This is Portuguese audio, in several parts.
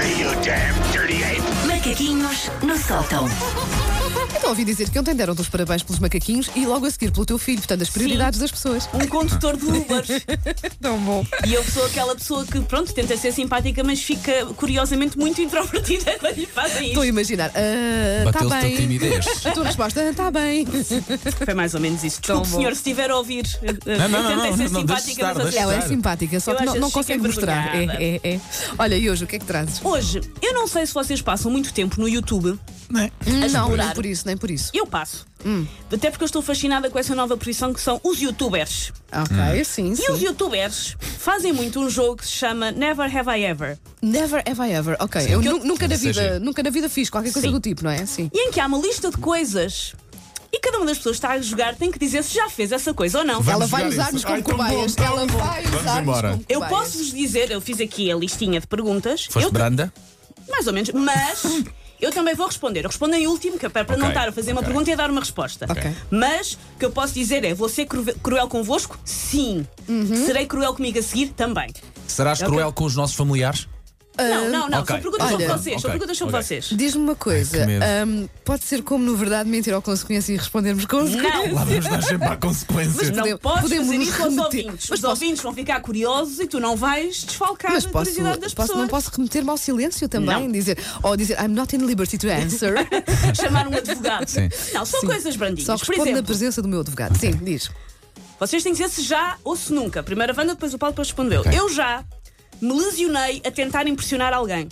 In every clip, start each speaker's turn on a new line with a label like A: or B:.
A: you damn dirty ape!
B: Macaquinhos no sótão.
C: Então ouvi dizer que ontem deram-te os parabéns pelos macaquinhos e logo a seguir pelo teu filho, portanto, as prioridades das pessoas.
D: Um condutor de Uber.
C: Tão bom.
D: E eu sou aquela pessoa que, pronto, tenta ser simpática, mas fica curiosamente muito introvertida quando lhe fazem
C: Estou a
D: isto.
C: imaginar. Está
E: Bateu-se a
C: bem.
E: timidez.
C: A tua resposta está bem.
D: Foi mais ou menos isso.
C: Tão
D: Desculpe,
C: bom.
D: senhor, se estiver a ouvir.
E: Não,
D: Tentei ser
E: não, deixa
D: simpática,
E: estar,
D: mas
E: deixa
C: Ela é
E: estar.
C: simpática, só
D: Eu
C: que
D: às
C: não
D: vezes
C: consegue
D: fico
C: mostrar.
D: envergonhada.
C: É. Olha, e hoje o que é que trazes?
D: Hoje, eu não sei se vocês passam muito tempo no YouTube.
C: Não,
D: explorar.
C: nem por isso, nem por isso.
D: Eu passo. Até porque eu estou fascinada com essa nova profissão que são os YouTubers.
C: Ok, sim,
D: E os YouTubers fazem muito um jogo que se chama Never Have I Ever.
C: Never have I ever. Ok, eu nunca na vida fiz qualquer coisa
D: Sim.
C: do tipo, não é? Sim.
D: E em que há uma lista de coisas. E cada uma das pessoas que está a jogar tem que dizer se já fez essa coisa ou não.
C: Ela vai
E: jogar
C: usar-nos
E: isso.
C: como
E: Ai, tão
C: cobaias.
E: bom,
C: Ela
E: tão bom.
C: vai
E: Vamos
C: usar-nos
E: embora.
C: como
D: Eu
C: cobaias.
D: posso-vos dizer, eu fiz aqui a listinha de perguntas.
E: Foste
D: Eu
E: branda?
D: Mais ou menos, mas eu também vou responder. Eu respondo em último, que é para não
E: Ok,
D: estar a fazer uma
E: ok.
D: pergunta e a dar uma resposta.
C: Ok.
D: Mas o que eu posso dizer é: vou ser cruel convosco? Sim. Serei cruel comigo a seguir? Também.
E: Serás cruel com os nossos familiares?
D: Não.
E: ok.
D: São perguntas sobre
C: Olha,
D: vocês. São
E: ok,
D: perguntas sobre
E: ok.
D: vocês.
C: Diz-me uma coisa,
E: Ai, que medo.
C: pode ser como no Verdade, Mentira ou Consequência e respondermos consequência?
D: Não.
E: Lá vamos dar sempre à consequência.
D: Não podes
C: podemos
D: fazer
C: nos
D: isso aos
C: remeter.
D: ouvintes.
C: Mas
D: Os
C: posso-
D: ouvintes vão ficar curiosos e tu não vais desfalcar
C: Mas
D: a curiosidade das pessoas.
C: não posso remeter-me ao silêncio também?
D: Não.
C: Dizer I'm not in liberty to answer.
D: Chamar um advogado.
E: Sim.
D: Não, são
C: Sim.
D: coisas brandinhas.
C: Só
D: Por
C: responde na
D: exemplo,
C: presença do meu advogado. Sim, diz.
D: vocês têm que dizer se já ou se nunca. Primeira Wanda, depois o Paulo depois respondeu.
E: Ok.
D: Eu já me lesionei a tentar impressionar alguém.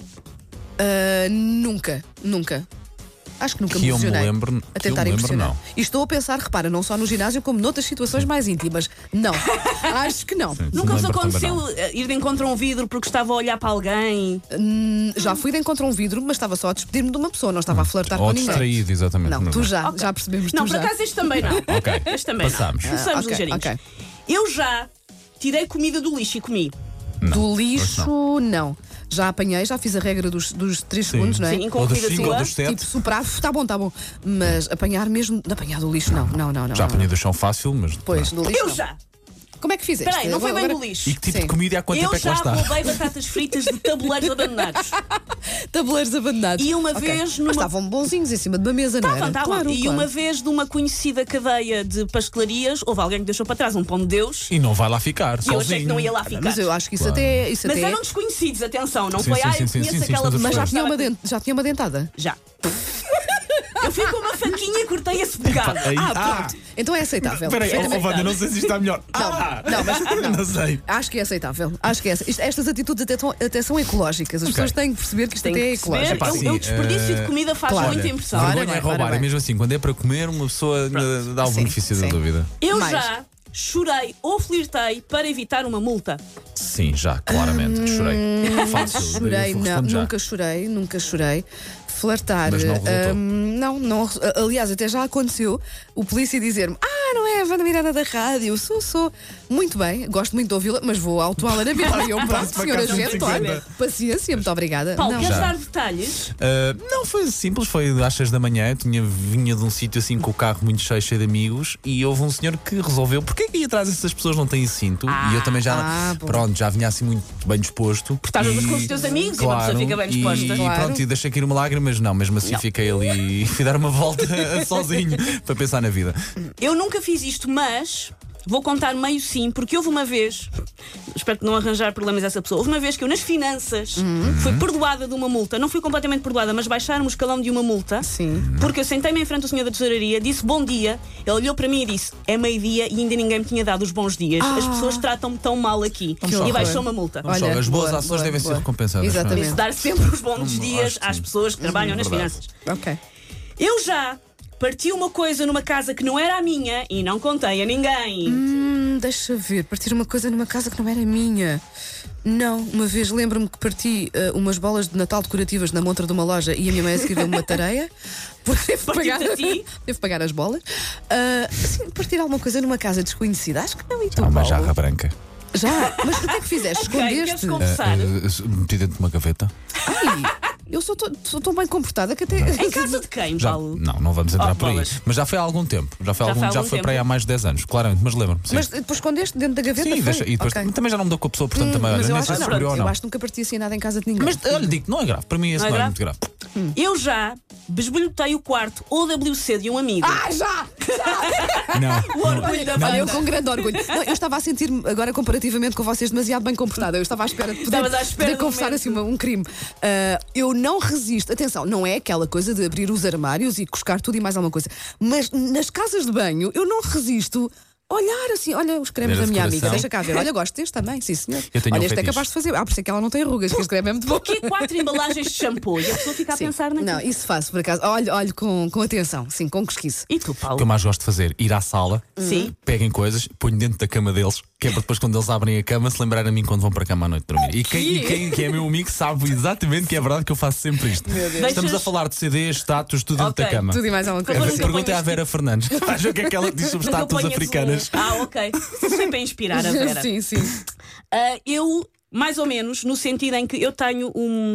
C: Nunca. Acho que nunca
E: Que
C: me
E: eu me
C: lesionei
E: lembro-
C: a
E: que eu
C: tentar
E: me lembro,
C: impressionar.
E: não.
C: E estou a pensar, repara, não só no ginásio, como noutras situações mais íntimas. Não. Acho que não.
D: Nunca vos
E: lembro também
D: aconteceu
E: não.
D: ir de encontro a um vidro porque estava a olhar para alguém?
C: Já fui de encontro a um vidro, mas estava só a despedir-me de uma pessoa, não estava a flertar
E: Ou
C: com ninguém.
E: distraído, exatamente.
C: Não, tu já,
D: Ok.
C: já percebemos.
D: Não,
C: tu
D: por
C: já.
D: acaso este também não.
E: Ok.
D: Este também
E: Passamos.
D: não. Começamos
C: ok,
D: ligeirinhos.
C: ok.
D: Eu já tirei comida do lixo e comi.
C: Do lixo, não. Já apanhei, já fiz a regra dos 3 segundos, não é?
D: Sim, com
E: Ou dos
D: comida
E: 5 ou
D: tua.
E: dos 7.
C: Tipo, superar, está bom. Mas apanhar mesmo, de apanhar do lixo, não.
E: Já apanhei do chão fácil, mas.
C: Pois, do lixo.
D: Eu
C: não.
D: já.
C: Como é que fizeste?
D: Espera aí, não foi bem
C: Agora-
D: do lixo.
E: E que tipo
C: Sim.
E: de comida e há quanto
D: Eu
E: tempo é que lá
D: já
E: está?
D: roubei batatas fritas de tabuleiros abandonados.
C: Tabuleiros abandonados.
D: E uma
C: Ok.
D: vez numa-
C: Mas estavam bonzinhos em cima de uma mesa, não era?
D: Estavam.
C: Claro,
D: E
C: claro.
D: uma vez de uma conhecida cadeia de pastelarias, houve alguém que deixou para trás um pão de Deus
E: E não vai lá ficar,
D: e eu
E: sozinho.
D: achei que não ia lá ficar.
C: Mas eu acho que isso
E: Claro.
C: até. Isso
D: Mas
C: até...
D: eram desconhecidos, atenção, não
E: Sim,
D: foi
E: sim,
D: eu
E: sim,
D: conheço
E: sim, sim,
D: aquela
E: estamos a
C: Mas já
D: pessoa
C: tinha,
D: que estava
C: já tinha uma dentada.
D: Já. Eu fui com uma faquinha e cortei esse bocado.
E: Aí-
C: Pronto. Então é aceitável.
E: Espera aí,
C: Perfeitamente.
E: Wanda, não sei se isto está melhor.
C: Não, mas
E: Não sei.
C: acho que é aceitável. Acho que é. Estas atitudes até são ecológicas. As pessoas têm que perceber que isto
D: Tem
C: até é
D: que perceber.
C: ecológico.
E: Epá, sim,
D: O desperdício de comida faz
C: claro.
D: muita impressão.
C: Ora
E: Vergonha
C: bem,
E: é roubar,
C: ora bem.
E: e mesmo assim, quando é para comer, uma pessoa dá o
C: Sim,
E: benefício da
C: sim.
E: dúvida.
D: Eu
C: Mais.
D: já chorei ou flirtei para evitar uma multa.
E: Sim, já, claramente, chorei. Fácil.
C: Chorei,
E: eu
C: não,
E: respondo já.
C: nunca chorei. Flertar.
E: Mas não resultou.
C: Não. Aliás, até já aconteceu o polícia dizer-me: não é a Wanda Miranda da rádio, sou. Muito bem, gosto muito de ouvi-la, mas vou autuá-la na vida. E eu, pronto,
E: Passo para
C: senhora
E: cá,
C: agente,
E: 150.
C: olha, paciência, muito obrigada.
D: Paulo,
C: Não.
D: queres
E: Já.
D: dar detalhes?
E: Não, foi simples, foi às 6 da manhã. Vinha de um sítio assim com o carro muito cheio de amigos e houve um senhor que resolveu: porque é que aí atrás essas pessoas não têm cinto? E eu também
C: bom.
E: pronto, já vinha assim muito bem disposto.
D: Estavas com os teus amigos e uma pessoa fica bem disposta.
E: E
C: Claro.
E: pronto, e deixei cair uma lágrima, mas não, mesmo assim fiquei ali e fui dar uma volta sozinho para pensar na vida.
D: Eu nunca fiz isto, mas vou contar meio sim, porque houve uma vez, espero que não arranjar problemas a essa pessoa, houve uma vez que eu nas finanças fui perdoada de uma multa. Não fui completamente perdoada, mas baixaram o escalão de uma multa.
C: Sim.
D: Porque eu sentei-me em frente ao senhor da tesouraria, disse bom dia, ele olhou para mim e disse: é meio-dia e ainda ninguém me tinha dado os bons dias. As pessoas tratam-me tão mal aqui.
C: Que
D: E
C: horror.
D: baixou uma multa.
E: Olha, as boas ações devem ser recompensadas.
C: Exatamente.
D: Disse dar sempre os bons dias
E: acho que
D: às
E: sim.
D: pessoas que trabalham nas
E: verdade.
D: finanças.
C: Ok.
D: Eu já parti uma coisa numa casa que não era a minha e não contei a ninguém.
C: Deixa ver, partir uma coisa numa casa que não era minha. Não, uma vez lembro-me que parti umas bolas de Natal decorativas na montra de uma loja e a minha mãe a seguir deu-me uma tareia porque teve que
D: Partiu-te
C: pagar,
D: a ti?
C: teve que pagar as bolas. Assim, partir alguma coisa numa casa desconhecida, acho que não. E tu,
E: Há uma
C: Paulo?
E: jarra branca.
C: Já? Mas o que é que fizeste?
D: Ok, queres
C: Escondeste?
D: confessar?
E: Meti dentro de uma gaveta.
C: Ai, Eu sou tão bem comportada que até.
D: Em casa de quem,
E: Já,
D: Paulo?
E: não vamos entrar por aí.
D: bolas.
E: Mas já foi há algum tempo. Já foi
D: tempo.
E: para aí há mais de 10 anos, claramente, mas lembro-me. sim.
C: Mas depois escondeste dentro da gaveta?
E: Sim,
C: foi?
E: e depois
C: Ok.
E: também já não me dou com a pessoa, portanto também
C: Mas
E: olha,
C: eu
E: nem
C: acho,
E: sei se
C: não,
E: segurou ou
C: eu
E: não.
C: acho que nunca parti assim nada em casa de ninguém.
E: Mas olha, digo, não é grave. Para mim isso
D: Não
E: não
D: é
E: é
D: grave?
E: muito grave.
D: Eu já besbolhotei o quarto OWC de um amigo.
C: Já!
E: Não.
D: O orgulho da
C: Olha, eu
D: banda.
C: com grande orgulho. Não, eu estava a sentir-me agora, comparativamente com vocês, demasiado bem comportada. Eu estava à espera de poder,
D: Estavas à espera
C: poder
D: do
C: confessar
D: momento.
C: assim um crime. Eu não resisto. Atenção, não é aquela coisa de abrir os armários e cuscar tudo e mais alguma coisa. Mas nas casas de banho, eu não resisto. Olhar assim, olha os cremes
E: Ver a
C: da minha amiga,
E: decoração.
C: deixa cá ver. Olha, gosto deste também, sim senhor.
E: Eu tenho
C: Olha,
E: um
C: este é
E: fetiche.
C: capaz de fazer. Por isso é que ela não tem rugas, que este creme é muito bom.
D: Porquê 4 embalagens de shampoo? E a pessoa fica a pensar naquilo.
C: Não, isso faço por acaso. Olho com atenção, sim, com cosquice.
D: E tu,
E: O que eu
D: Paulo?
E: mais gosto de fazer, ir à sala,
D: Sim.
E: peguem coisas, ponho dentro da cama deles, que é para depois quando eles abrem a cama se lembrarem a mim quando vão para a cama à noite dormir. E quem é meu amigo sabe exatamente que é verdade que eu faço sempre isto. Estamos
D: Deixas-
E: a falar de CDs, status, tudo dentro
D: Ok,
E: da cama.
C: Tudo e mais alguma
D: Por
C: coisa.
D: favor,
C: sim.
D: nunca
E: Perguntem à
D: ponhas
E: Vera Fernandes. Veja o que é que ela diz sobre
D: Nunca
E: estátuas
D: ponhas
E: africanas.
D: ok. Isso foi para inspirar a Vera.
C: Sim, sim.
D: Eu, mais ou menos, no sentido em que eu tenho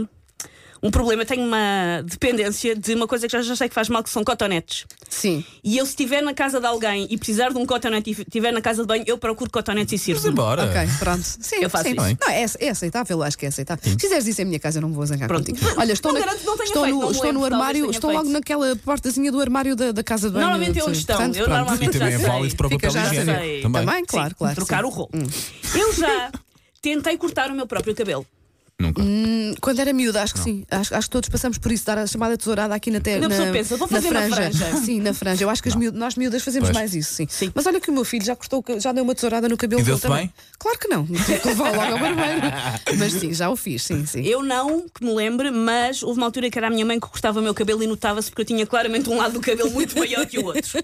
D: um problema, tenho uma dependência de uma coisa que já sei que faz mal, que são cotonetes.
C: Sim.
D: E eu, se estiver na casa de alguém e precisar de um cotonete e estiver na casa de banho, eu procuro cotonetes e
E: Vamos
D: sirvo.
E: embora.
C: Ok, pronto. Sim,
D: Eu faço
C: sim.
D: isso.
C: Não, é aceitável, acho que é aceitável. Se fizeres isso em minha casa, eu não vou zangar
D: Pronto.
C: contigo. Olha, estou,
D: Não garanto que não tenha
C: estou,
D: feito,
C: no,
D: não me
C: estou no
D: lembro, talvez
C: armário,
D: tenha
C: estou
D: feito.
C: logo naquela portazinha do armário da casa de banho.
D: Normalmente é onde estão.
C: Portanto,
D: Eu
C: pronto.
D: normalmente
E: E também
D: já
E: é
D: sei.
E: válido para o
C: Fica
E: papel
C: já
E: higiênico.
D: sei.
E: Também.
C: Claro, claro.
D: Trocar
C: sim.
D: o rolo. Eu já tentei cortar o meu próprio cabelo.
E: Nunca.
C: Quando era miúda, acho que sim. Acho que todos passamos por isso, dar a chamada tesourada aqui na
D: Quando a pessoa pensa, vou fazer na franja.
C: Sim, na franja. Eu acho que nós miúdas fazemos
E: Pois.
C: mais isso, sim.
D: Sim.
C: Mas olha que o meu filho já deu uma tesourada no cabelo
E: E
C: dele
E: deu-se
C: também.
E: bem?
C: Claro que não. Tive que levar logo ao barbeiro. Mas sim, já o fiz, sim, sim.
D: Eu não, que me lembre, mas houve uma altura que era a minha mãe que cortava o meu cabelo e notava-se porque eu tinha claramente um lado do cabelo muito maior que o outro.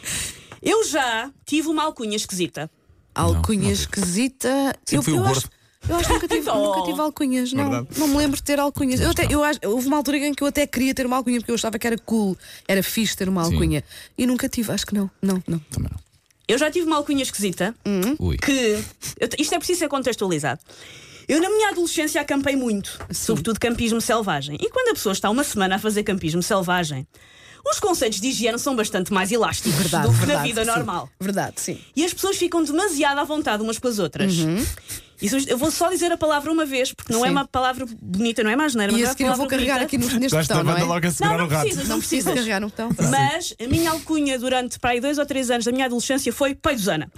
D: Eu já tive uma alcunha esquisita.
C: Alcunha
E: não tive.
C: esquisita.
E: Sempre fui o gordo.
C: Eu acho que nunca tive,
D: Oh.
C: nunca tive alcunhas, não.
E: Verdade.
C: Não me lembro de ter alcunhas. Houve uma altura em que eu até queria ter uma alcunha porque eu achava que era cool, era fixe ter uma alcunha. E nunca tive, acho que não. Não.
E: Também não.
D: Eu já tive uma alcunha esquisita
E: Ui.
D: que. Isto é preciso ser contextualizado. Eu, na minha adolescência, acampei muito, sobretudo campismo selvagem. E quando a pessoa está uma semana a fazer campismo selvagem, os conceitos de higiene são bastante mais elásticos do que na vida
C: sim.
D: normal.
C: Verdade, sim.
D: E as pessoas ficam demasiado à vontade umas com as outras. Isso, eu vou só dizer a palavra uma vez, porque não é
C: Sim.
D: uma palavra bonita, não é mais neira, mas
C: E
D: é
C: a
D: uma
C: seguir eu vou
D: palavra
C: carregar
D: bonita.
C: aqui neste
E: Gosto da
C: botão, não
E: banda
C: é?
E: logo a segurar
D: Não,
E: o rato.
D: precisas,
C: Não preciso carregar no botão.
D: Mas a minha alcunha durante para aí 2 ou 3 anos da minha adolescência foi Peidosana.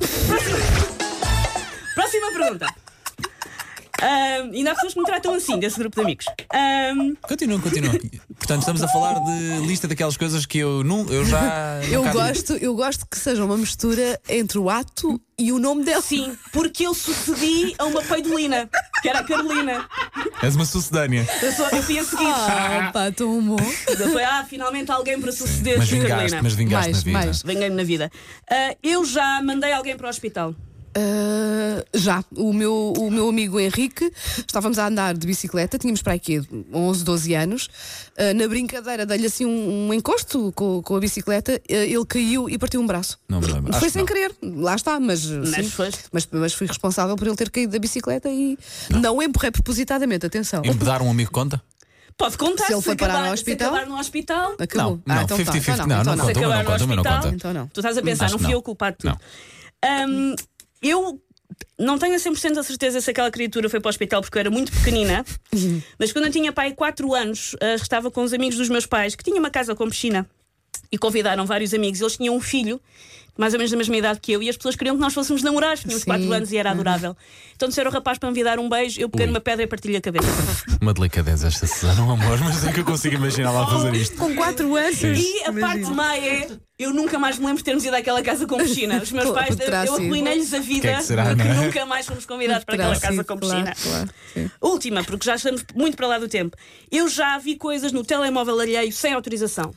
D: Próxima pergunta. Ainda há pessoas que me tratam assim, desse grupo de amigos.
E: Continua. Portanto, estamos a falar de lista daquelas coisas que eu já.
C: Eu gosto que seja uma mistura entre o ato e o nome dela.
D: Sim, porque eu sucedi a uma peidolina, que era a Carolina.
E: És uma sucedânea.
D: Eu fui a seguir.
C: Ah, pá, tão bom.
D: Eu fui, finalmente alguém para suceder
E: Mas
D: Carolina.
E: vingaste na vida.
C: Mais.
D: Venguei-me na vida. Eu já mandei alguém para o hospital.
C: Já, o meu amigo Henrique, estávamos a andar de bicicleta, tínhamos para aqui 11, 12 anos. Na brincadeira, dei-lhe assim um encosto com a bicicleta, ele caiu e partiu um braço.
E: Não me lembro.
C: Foi
E: Acho
C: sem
E: que
C: querer, lá está, mas sim,
D: foste.
C: mas fui responsável por ele ter caído da bicicleta e não o empurrei propositadamente, atenção.
E: não. Embedar um amigo conta?
D: Pode contar
C: Se ele foi parar no hospital?
D: Se acabar no hospital.
C: Acabou.
E: Não,
C: então
E: 50-50,
C: então
E: não,
C: então
E: não
D: Se
E: conta.
D: acabar no
E: também não
D: hospital,
E: conta.
C: Então não.
D: tu estás a pensar,
E: Acho
D: não
E: que
D: fui
E: não.
D: eu o culpado de tudo. Eu não tenho a 100% a certeza se aquela criatura foi para o hospital porque eu era muito pequenina, mas quando eu tinha pai 4 anos, estava com os amigos dos meus pais, que tinham uma casa com piscina, e convidaram vários amigos. Eles tinham um filho, mais ou menos da mesma idade que eu, e as pessoas queriam que nós fôssemos namorados, tínhamos
C: Sim.
D: 4 anos e era adorável. Então disseram ao rapaz para me vir dar um beijo, eu peguei
E: Ui.
D: numa pedra e partilhei a cabeça.
E: Uma delicadeza esta Susana, um amor, mas é que eu consigo imaginar lá fazer isto.
C: Com 4 anos.
D: E a parte má é, eu nunca mais me lembro de termos ido àquela casa com piscina. Os meus pais,
C: Terá
D: eu
C: sido.
D: arruinei-lhes a vida,
E: Que é que será,
D: porque
E: não é?
D: nunca mais fomos convidados para
C: Terá
D: aquela casa
C: sido,
D: com
C: claro,
D: piscina.
C: claro, sim.
D: Última, porque já estamos muito para lá do tempo. Eu já vi coisas no telemóvel alheio sem autorização.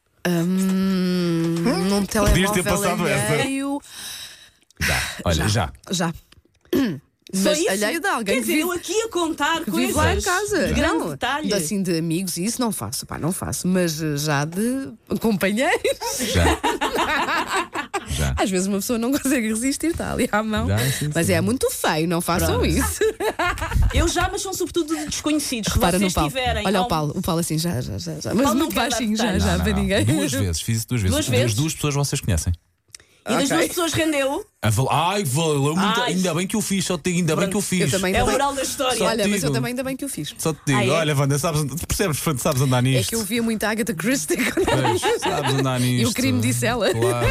C: Num
E: Podias ter
C: telemóvel
E: passado essa.
C: alheio.
E: Olha, já.
C: Já.
D: Só
C: Mas
D: isso?
C: alheio de alguém
D: Quer
C: que
D: dizer,
C: vive,
D: eu aqui a contar
C: que
D: coisas
C: vive lá em casa.
D: de grande
C: Não,
D: detalhe.
C: assim de amigos e isso não faço, pá, não faço. Mas já de companheiros.
E: Já. Já.
C: Às vezes uma pessoa não consegue resistir, está ali à mão.
E: Já, sim,
C: Mas
E: sim.
C: é muito feio, não façam
D: Pronto.
C: isso.
D: Eu já, mas são sobretudo de desconhecidos. Se
C: Repara no
D: vocês
C: Paulo.
D: tiverem.
C: Olha
D: ao-
C: o Paulo assim, já. Mas
D: não
C: muito
D: quer dar
C: baixinho,
D: detalhes.
C: já, para ninguém.
E: Duas vezes, fiz isso 2 vezes.
D: Duas vezes?
E: As 2 pessoas vocês conhecem.
D: E das
C: Ok.
D: 2 pessoas rendeu.
E: Ai, valeu muito.
D: Ai.
E: Ainda bem que eu fiz, só te digo, ainda bem que eu fiz.
C: Eu também
D: É o
C: ainda bem-
D: moral da história.
E: Só-
C: Olha, mas eu
E: digo.
C: também ainda bem que o fiz.
E: Só te digo,
D: Ah, é?
E: olha, Wanda, percebes, sabes andar
C: É
E: nisto.
C: que eu via muito a Agatha Christie
E: Pois, sabes andar nisto.
C: e o crime disse ela.
E: Claro.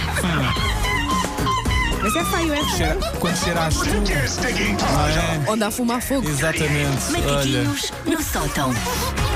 C: Mas é feio, é feio.
E: Quando cheiras tu.
A: Your stinking paws off.
C: Onde há fumar fogo.
E: Exatamente. Olha.
B: Macaquinhos no sótão.